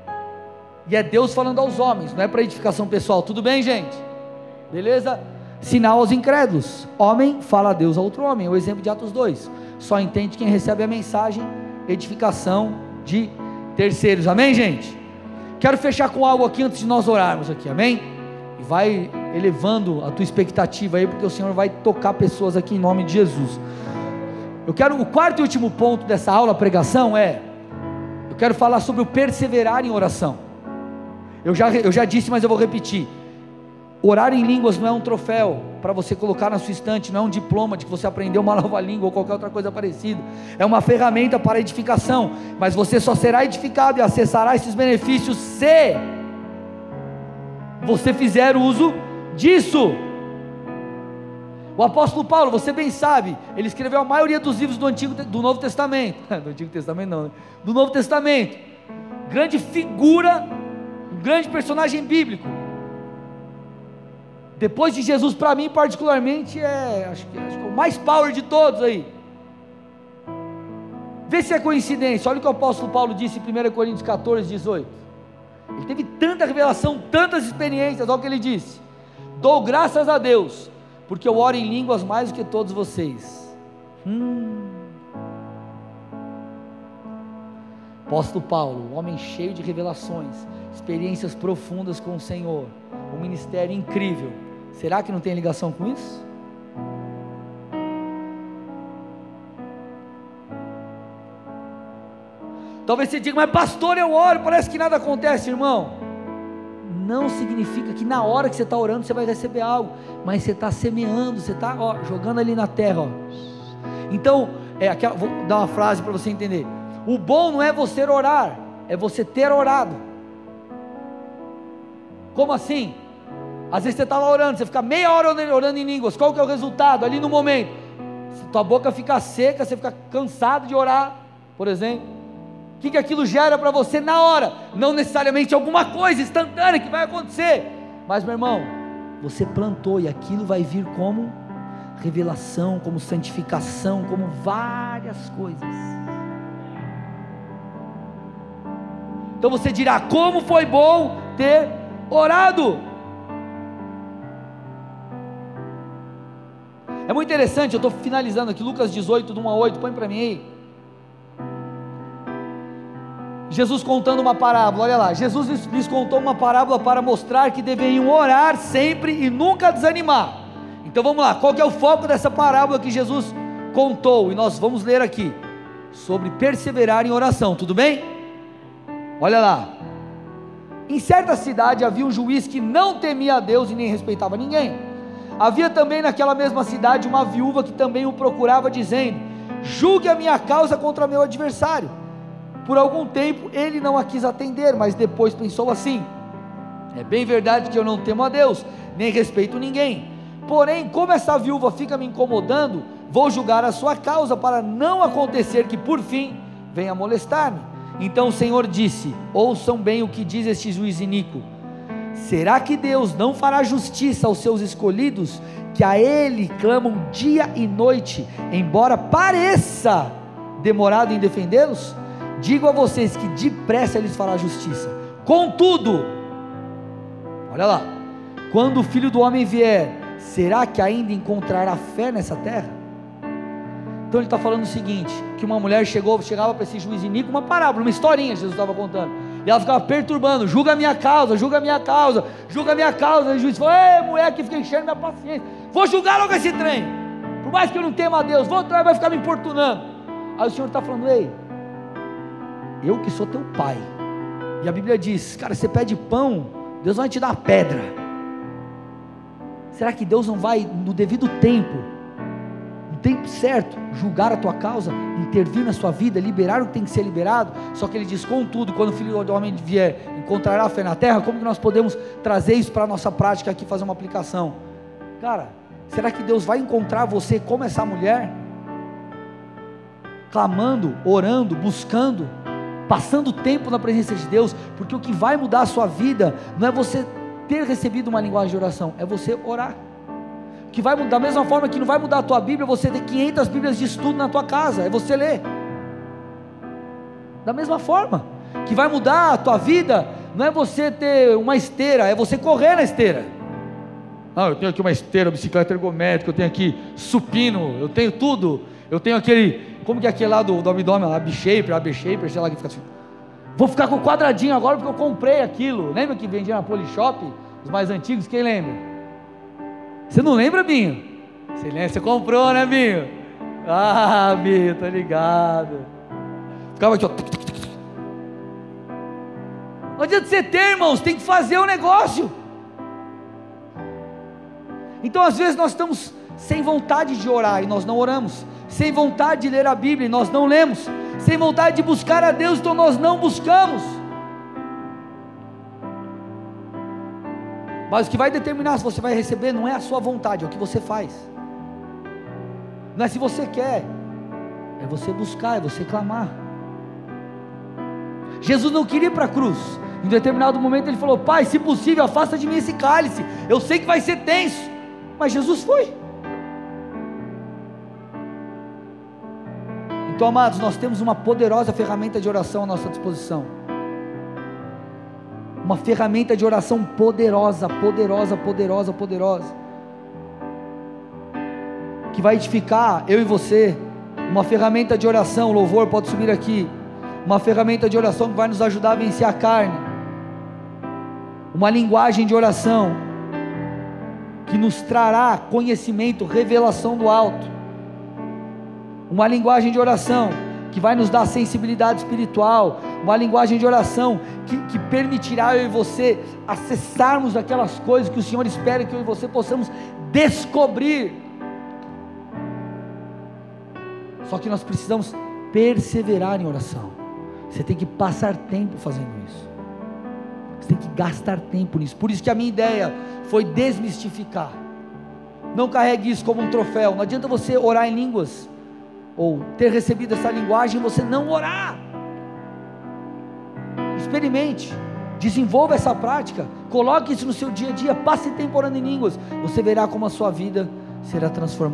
e é Deus falando aos homens, não é para edificação pessoal. Tudo bem, gente? Beleza? Sinal aos incrédulos: homem fala a Deus a outro homem. É o exemplo de Atos dois, só entende quem recebe a mensagem. Edificação de terceiros. Amém, gente? Quero fechar com algo aqui antes de nós orarmos aqui, amém? E vai elevando a tua expectativa aí, porque o Senhor vai tocar pessoas aqui em nome de Jesus. Eu quero, o quarto e último ponto dessa aula, pregação, é, eu quero falar sobre o perseverar em oração. Eu já, eu já disse, mas eu vou repetir: orar em línguas não é um troféu para você colocar na sua estante, não é um diploma de que você aprendeu uma nova língua ou qualquer outra coisa parecida. É uma ferramenta para edificação, mas você só será edificado e acessará esses benefícios se você fizer uso disso. O apóstolo Paulo, você bem sabe, ele escreveu a maioria dos livros do Antigo, do Novo Testamento, do Antigo Testamento não, né? do Novo Testamento, grande figura, um grande personagem bíblico. Depois de Jesus, para mim particularmente, é, acho que, acho que é o mais power de todos aí. Vê se é coincidência. Olha o que o apóstolo Paulo disse em primeira Coríntios quatorze, dezoito. Ele teve tanta revelação, tantas experiências. Olha o que ele disse: dou graças a Deus, porque eu oro em línguas mais do que todos vocês. Hum. Apóstolo Paulo, um homem cheio de revelações, experiências profundas com o Senhor, um ministério incrível. Será que não tem ligação com isso? Talvez você diga: mas pastor, eu oro, parece que nada acontece. Irmão, não significa que na hora que você está orando você vai receber algo, mas você está semeando, você está jogando ali na terra, ó. Então, é, aquela, vou dar uma frase para você entender: o bom não é você orar, é você ter orado. Como assim? Às vezes você está lá orando, você fica meia hora orando em línguas, qual que é o resultado? Ali no momento, Se tua boca fica seca, você fica cansado de orar, por exemplo. O que, que aquilo gera para você na hora? Não necessariamente alguma coisa instantânea que vai acontecer, mas meu irmão, você plantou e aquilo vai vir como revelação, como santificação, como várias coisas. Então você dirá: como foi bom ter orado. É muito interessante, eu estou finalizando aqui, Lucas dezoito, do um a oito, põe para mim aí. Jesus contando uma parábola, olha lá, Jesus lhes, lhes contou uma parábola para mostrar que deveriam orar sempre e nunca desanimar. Então vamos lá, qual que é o foco dessa parábola que Jesus contou? E nós vamos ler aqui, sobre perseverar em oração, tudo bem? Olha lá, em certa cidade havia um juiz que não temia a Deus e nem respeitava ninguém. Havia também naquela mesma cidade uma viúva que também o procurava, dizendo: julgue a minha causa contra meu adversário. Por algum tempo ele não a quis atender, mas depois pensou assim: é bem verdade que eu não temo a Deus, nem respeito ninguém, porém como essa viúva fica me incomodando, vou julgar a sua causa, para não acontecer que por fim venha molestar-me. Então o Senhor disse: ouçam bem o que diz este juiz iníquo. Será que Deus não fará justiça aos seus escolhidos, que a Ele clamam dia e noite, embora pareça demorado em defendê-los? Digo a vocês que depressa Ele fará justiça. Contudo, olha lá, quando o Filho do Homem vier, será que ainda encontrará fé nessa terra? Então ele está falando o seguinte, que uma mulher chegou, chegava para esse juiz iníquo, uma parábola, uma historinha Jesus estava contando, e ela ficava perturbando: julga a minha causa, julga a minha causa, julga a minha causa. E o juiz falou: ei, mulher que fica enchendo minha paciência, vou julgar logo esse trem, por mais que eu não tema a Deus, vou atrás, vai ficar me importunando. Aí o Senhor está falando: ei, eu que sou teu pai, e a Bíblia diz, cara, você pede pão, Deus vai te dar pedra. Será que Deus não vai no devido tempo, no tempo certo, julgar a tua causa, intervir na sua vida, liberar o que tem que ser liberado? Só que ele diz: contudo, quando o Filho do Homem vier, encontrará fé na terra? Como que nós podemos trazer isso para a nossa prática aqui, fazer uma aplicação? Cara, será que Deus vai encontrar você como essa mulher? Clamando, orando, buscando, passando tempo na presença de Deus, porque o que vai mudar a sua vida, não é você ter recebido uma linguagem de oração, é você orar. O que vai mudar, da mesma forma que não vai mudar a tua Bíblia, você ter quinhentas Bíblias de estudo na tua casa, é você ler. Da mesma forma, que vai mudar a tua vida, não é você ter uma esteira, é você correr na esteira. Ah, eu tenho aqui uma esteira, bicicleta ergométrica, eu tenho aqui supino, eu tenho tudo, eu tenho aquele, como que é aquele lá do, do abdômen, a B-shaper, a B-shaper, sei lá, que fica assim. Vou ficar com o quadradinho agora porque eu comprei aquilo. Lembra que vendia na Polishop, os mais antigos, quem lembra? Você não lembra, Binho? Você lembra, você comprou, né, Binho? Ah, Binho, tô ligado. Ficava aqui, ó. Não adianta você ter, irmãos, tem que fazer o negócio. Então às vezes nós estamos sem vontade de orar e nós não oramos, sem vontade de ler a Bíblia e nós não lemos, sem vontade de buscar a Deus, então nós não buscamos. Mas o que vai determinar se você vai receber não é a sua vontade, é o que você faz. Não é se você quer, é você buscar, é você clamar. Jesus não queria ir para a cruz. Em determinado momento ele falou: Pai, se possível, afasta de mim esse cálice, eu sei que vai ser tenso, mas Jesus foi. Então, amados, nós temos uma poderosa ferramenta de oração à nossa disposição, uma ferramenta de oração poderosa, poderosa, poderosa, poderosa, que vai edificar eu e você, uma ferramenta de oração, louvor, pode subir aqui, uma ferramenta de oração que vai nos ajudar a vencer a carne, uma linguagem de oração, que nos trará conhecimento, revelação do alto, uma linguagem de oração, que vai nos dar sensibilidade espiritual, uma linguagem de oração, que, que permitirá eu e você acessarmos aquelas coisas que o Senhor espera que eu e você possamos descobrir. Só que nós precisamos perseverar em oração. Você tem que passar tempo fazendo isso, você tem que gastar tempo nisso. Por isso que a minha ideia foi desmistificar Não carregue isso como um troféu. Não adianta você orar em línguas, ou ter recebido essa linguagem e você não orar. Experimente, desenvolva essa prática, coloque isso no seu dia a dia, passe tempo orando em línguas, você verá como a sua vida será transformada.